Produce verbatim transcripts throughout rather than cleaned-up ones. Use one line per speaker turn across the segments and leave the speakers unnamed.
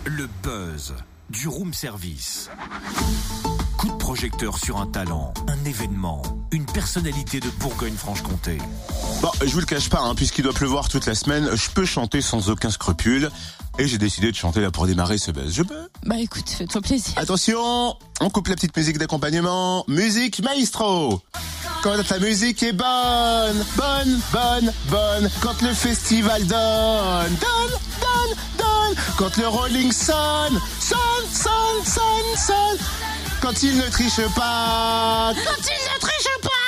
Le buzz du room service. Coup de projecteur sur un talent, un événement, une personnalité de Bourgogne-Franche-Comté.
Bon, je vous le cache pas, hein, puisqu'il doit pleuvoir toute la semaine, je peux chanter sans aucun scrupule. Et j'ai décidé de chanter là pour démarrer ce buzz. Je peux ?
Bah écoute, fais-toi plaisir.
Attention, on coupe la petite musique d'accompagnement. Musique maestro. Quand la musique est bonne, bonne, bonne, bonne. Quand le festival donne, donne, donne, donne. Quand le rolling sonne, sonne, sonne, sonne, sonne. Quand il ne triche pas, quand il ne triche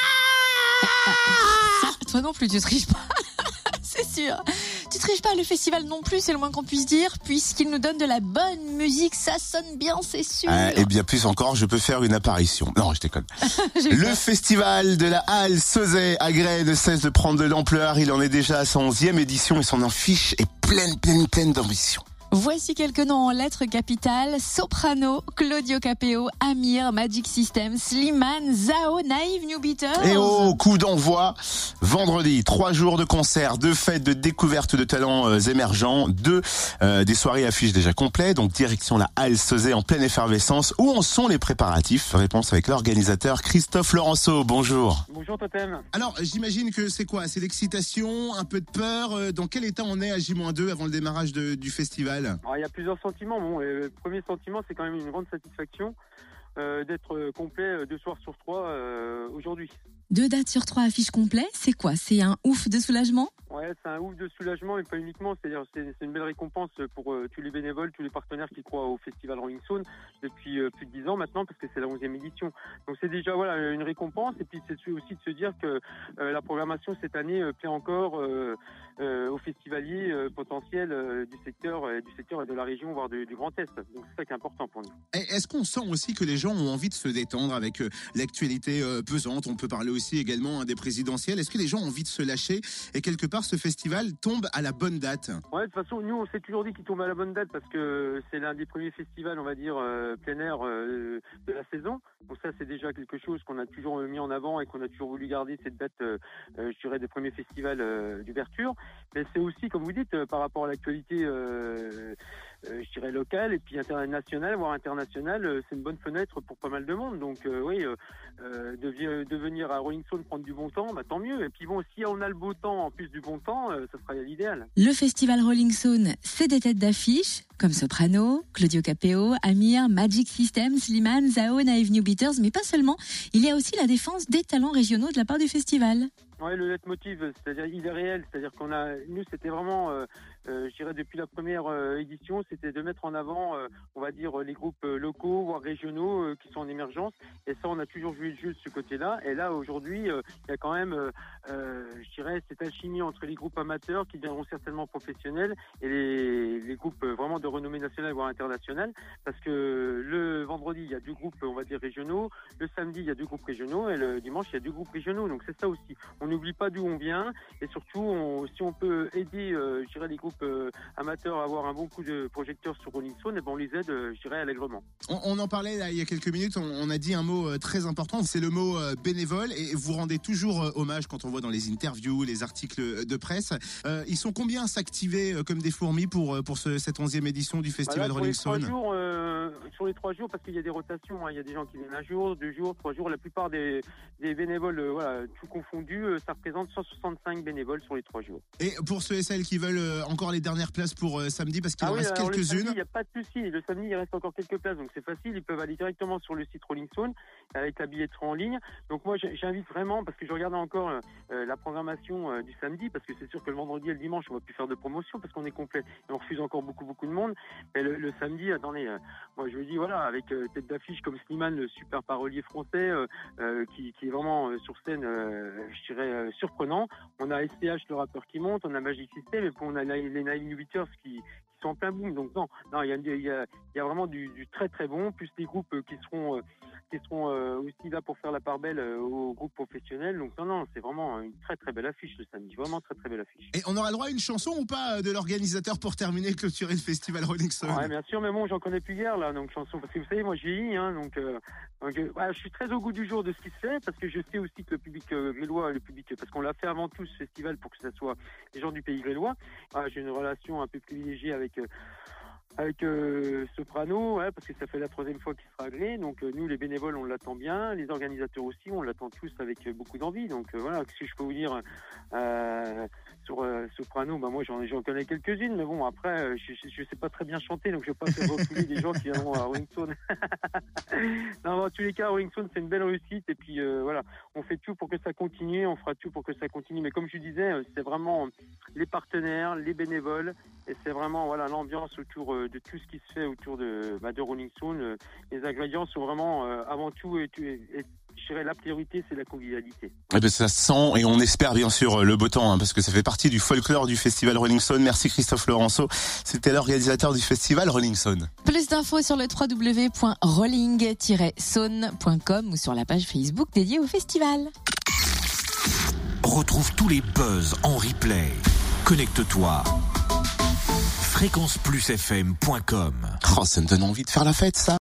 pas.
Toi non plus, tu triches pas. C'est sûr. Tu triches pas, le festival non plus, c'est le moins qu'on puisse dire, puisqu'il nous donne de la bonne musique, ça sonne bien, c'est sûr.
Euh, et bien plus encore, je peux faire une apparition. Non, je déconne. Le peur. Festival de la Halle Sauzet à Grès ne cesse de prendre de l'ampleur. Il en est déjà à son onzième édition et son affiche est pleine, pleine, pleine d'ambition.
Voici quelques noms en lettres capitales: Soprano, Claudio Capeo, Amir, Magic System, Slimane, Zao, Naive New Beaters.
Et oh, coup d'envoi vendredi, trois jours de concerts, deux fêtes de découverte de talents euh, émergents, deux euh, des soirées affiches déjà complets, donc direction la Halle Sauzet en pleine effervescence. Où en sont les préparatifs? Réponse avec l'organisateur Christophe Laurenceau. Bonjour.
Bonjour Totem.
Alors, j'imagine que c'est quoi? C'est l'excitation, un peu de peur. Dans quel état on est à J deux avant le démarrage de, du festival?
Alors, il y a plusieurs sentiments. Bon, le premier sentiment, c'est quand même une grande satisfaction euh, d'être complet deux soirs sur trois euh, aujourd'hui.
Deux dates sur trois affiches complètes, c'est quoi? C'est un ouf de soulagement?
Ouais, c'est un ouf de soulagement, mais pas uniquement. C'est-à-dire, c'est, c'est une belle récompense pour euh, tous les bénévoles, tous les partenaires qui croient au festival Rolling Stone depuis euh, plus de dix ans maintenant, parce que c'est la onzième édition. Donc c'est déjà voilà une récompense, et puis c'est aussi de se dire que euh, la programmation cette année euh, plaît encore euh, euh, aux festivaliers euh, potentiels euh, du secteur, euh, du secteur et de la région, voire de, du Grand Est. Donc c'est ça qui est important pour nous.
Et est-ce qu'on sent aussi que les gens ont envie de se détendre avec euh, l'actualité euh, pesante? On peut parler aussi également hein, des présidentielles. Est-ce que les gens ont envie de se lâcher et quelque part ce festival tombe à la bonne date?
Ouais, de toute façon, nous on s'est toujours dit qu'il tombe à la bonne date parce que c'est l'un des premiers festivals, on va dire, euh, plein air euh, de la saison. Donc ça, c'est déjà quelque chose qu'on a toujours mis en avant et qu'on a toujours voulu garder, cette date, euh, euh, je dirais, des premiers festivals euh, d'ouverture. Mais c'est aussi, comme vous dites, euh, par rapport à l'actualité, euh, euh, je dirais, locale et puis internationale, voire internationale, euh, c'est une bonne fenêtre pour pas mal de monde. Donc euh, oui, euh, euh, de, de venir à Rolling Stone prendre du bon temps, bah, tant mieux. Et puis bon, si on a le beau temps en plus du bon temps, euh, ça sera l'idéal.
Le festival Rolling Stone, c'est des têtes d'affiche comme Soprano, Claudio Capeo, Amir, Magic System, Slimane, Zao, Naive New Beaters, mais pas seulement. Il y a aussi la défense des talents régionaux de la part du festival.
Ouais, le leitmotiv, c'est-à-dire il est réel, c'est-à-dire qu'on a, nous c'était vraiment, euh, euh, je dirais depuis la première euh, édition, c'était de mettre en avant, euh, on va dire les groupes euh, locaux voire régionaux euh, qui sont en émergence, et ça on a toujours joué le jeu de ce côté-là. Et là aujourd'hui, euh, il y a quand même, euh, euh, je dirais, cette alchimie entre les groupes amateurs qui deviendront certainement professionnels et les, les groupes vraiment de renommée nationale voire internationale, parce que le vendredi il y a deux groupes, on va dire régionaux, le samedi il y a deux groupes régionaux et le dimanche il y a deux groupes régionaux. Donc c'est ça aussi. On n'oublie pas d'où on vient, et surtout on, si on peut aider euh, je dirais les groupes euh, amateurs à avoir un bon coup de projecteur sur Rolling Stone, et ben on les aide euh, je dirais allègrement.
On, on en parlait là, il y a quelques minutes, on, on a dit un mot euh, très important, c'est le mot euh, bénévole, et vous rendez toujours euh, hommage quand on voit dans les interviews, les articles de presse. Euh, ils sont combien à s'activer euh, comme des fourmis pour, pour ce, cette onzième édition du festival
voilà,
Rolling Stone?
Jours, euh, sur les trois jours, parce qu'il y a des rotations, hein, il y a des gens qui viennent un jour, deux jours, trois jours, la plupart des, des bénévoles, euh, voilà, tout confondu, euh, ça représente cent soixante-cinq bénévoles sur les trois jours.
Et pour ceux et celles qui veulent euh, encore les dernières places pour euh, samedi, parce qu'il
ah
en
oui,
reste
alors
quelques-unes.
Il n'y a pas de souci. Le samedi, il reste encore quelques places, donc c'est facile. Ils peuvent aller directement sur le site Rolling Stone avec la billetterie en ligne. Donc moi, j'invite vraiment, parce que je regardais encore euh, la programmation euh, du samedi, parce que c'est sûr que le vendredi et le dimanche, on va plus faire de promotion parce qu'on est complet et on refuse encore beaucoup beaucoup de monde. Mais le, le samedi, attendez, euh, moi je me dis voilà, avec euh, tête d'affiche comme Slimane, le super parolier français, euh, euh, qui, qui est vraiment euh, sur scène, euh, je dirais euh, surprenant. On a S T H, le rappeur qui monte, on a Magic System, et puis on a les Naive New Beaters qui, qui sont en plein boom. Donc non, non, il y a, il y a, il y a vraiment du, du très très bon, plus les groupes qui seront, euh, qui seront euh, aussi là pour faire la part belle euh, aux groupes professionnels. Donc non, non, c'est vraiment une très très belle affiche le samedi, vraiment très très belle affiche.
Et on aura le droit à une chanson ou pas de l'organisateur pour terminer, clôturer le festival Rolling Stone?
Ouais, bien sûr, mais bon, j'en connais plus hier là, donc chanson, parce que vous savez, moi j'ai vieilli, hein, donc, euh, donc euh, ouais, je suis très au goût du jour de ce qui se fait, parce que je sais aussi que le public euh, grélois, le public, parce qu'on l'a fait avant tout ce festival pour que ce soit les gens du pays grélois. Ah, j'ai une relation un peu privilégiée avec euh, Avec euh, Soprano, ouais, parce que ça fait la troisième fois qu'il sera agréé. Donc euh, nous, les bénévoles, on l'attend bien. Les organisateurs aussi, on l'attend tous avec euh, beaucoup d'envie. Donc euh, voilà, qu'est-ce que je peux vous dire euh, sur euh, Soprano? Bah moi, j'en, j'en connais quelques-unes, mais bon, après, euh, je, je, je sais pas très bien chanter, donc je vais pas faire refouler des gens qui viendront à Rolling Stone. Non, en tous les cas, Rolling Stone, c'est une belle réussite. Et puis euh, voilà, on fait tout pour que ça continue, on fera tout pour que ça continue. Mais comme je disais, c'est vraiment les partenaires, les bénévoles. Et c'est vraiment voilà l'ambiance autour euh, de tout ce qui se fait autour de, bah, de Rolling Stone. Euh, les ingrédients sont vraiment euh, avant tout, et, et, et je dirais la priorité, c'est la convivialité.
Eh ben, ça se sent, et on espère bien sûr le beau temps, hein, parce que ça fait partie du folklore du festival Rolling Stone. Merci Christophe Laurenceau, c'était l'organisateur du festival Rolling Stone.
Plus d'infos sur le w w w point rolling tiret stone point com ou sur la page Facebook dédiée au festival.
Retrouve tous les buzz en replay. Connecte-toi. fréquence plus f m point com.
Oh, ça me donne envie de faire la fête, ça.